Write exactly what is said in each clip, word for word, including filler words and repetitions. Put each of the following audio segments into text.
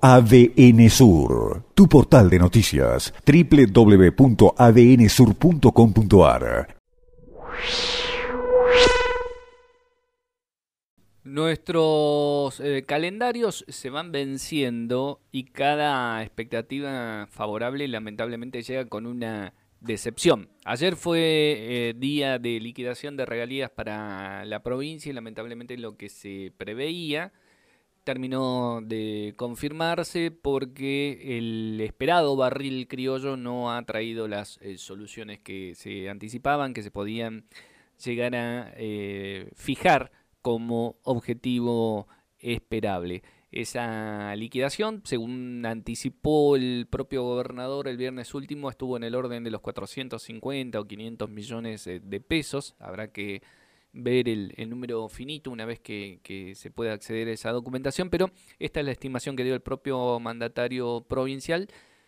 A D N Sur, tu portal de noticias, doble u doble u doble u punto a d n sur punto com punto a r. Nuestros eh, calendarios se van venciendo y cada expectativa favorable lamentablemente llega con una decepción. Ayer fue eh, día de liquidación de regalías para la provincia y lamentablemente lo que se preveía terminó de confirmarse porque el esperado barril criollo no ha traído las eh, soluciones que se anticipaban, que se podían llegar a eh, fijar como objetivo esperable. Esa liquidación, según anticipó el propio gobernador el viernes último, estuvo en el orden de los cuatrocientos cincuenta o quinientos millones de pesos. Habrá que ver el, el número finito una vez que, que se pueda acceder a esa documentación, pero esta es la estimación que dio el propio mandatario provincial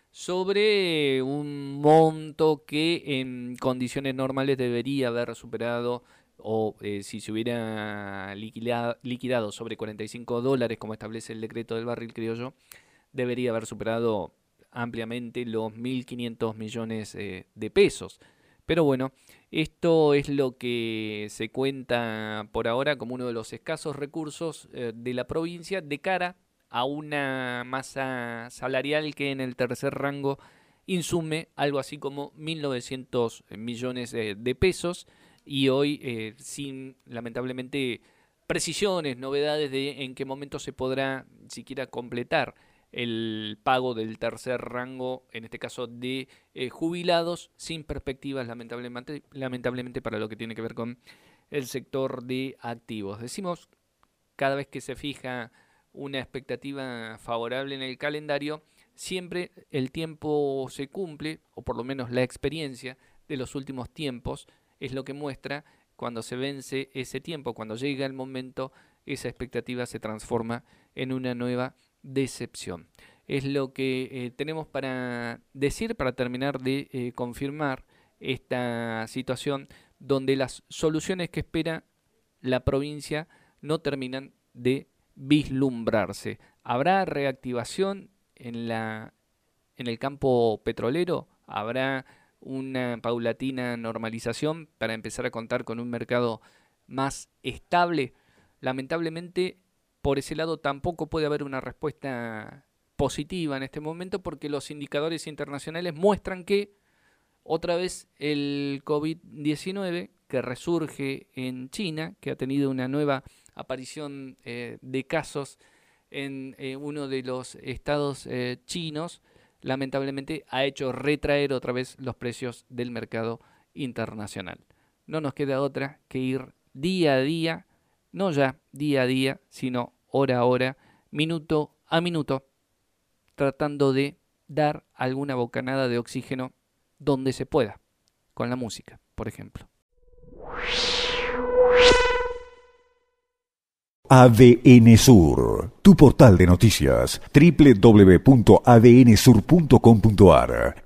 sobre un monto que en condiciones normales debería haber superado, o eh, si se hubiera liquidado, liquidado sobre cuarenta y cinco dólares, como establece el decreto del barril criollo, debería haber superado ampliamente los mil quinientos millones eh, de pesos. Pero bueno, esto es lo que se cuenta por ahora como uno de los escasos recursos eh, de la provincia de cara a una masa salarial que en el tercer rango insume algo así como mil novecientos millones eh, de pesos y hoy eh, sin lamentablemente precisiones, novedades de en qué momento se podrá siquiera completar el pago del tercer rango, en este caso de eh, jubilados, sin perspectivas lamentablemente, lamentablemente para lo que tiene que ver con el sector de activos. Decimos, cada vez que se fija una expectativa favorable en el calendario, siempre el tiempo se cumple, o por lo menos la experiencia de los últimos tiempos es lo que muestra cuando se vence ese tiempo, cuando llega el momento, esa expectativa se transforma en una nueva decepción. Es lo que eh, tenemos para decir, para terminar de eh, confirmar esta situación donde las soluciones que espera la provincia no terminan de vislumbrarse. ¿Habrá reactivación en, la, en el campo petrolero? ¿Habrá una paulatina normalización para empezar a contar con un mercado más estable? Lamentablemente, por ese lado tampoco puede haber una respuesta positiva en este momento porque los indicadores internacionales muestran que otra vez el COVID diecinueve que resurge en China, que ha tenido una nueva aparición eh, de casos en eh, uno de los estados eh, chinos, lamentablemente ha hecho retraer otra vez los precios del mercado internacional. No nos queda otra que ir día a día, no ya día a día, sino hora a hora, minuto a minuto, tratando de dar alguna bocanada de oxígeno donde se pueda, con la música, por ejemplo. A D N Sur, tu portal de noticias, doble u doble u doble u punto a d n sur punto com punto a r.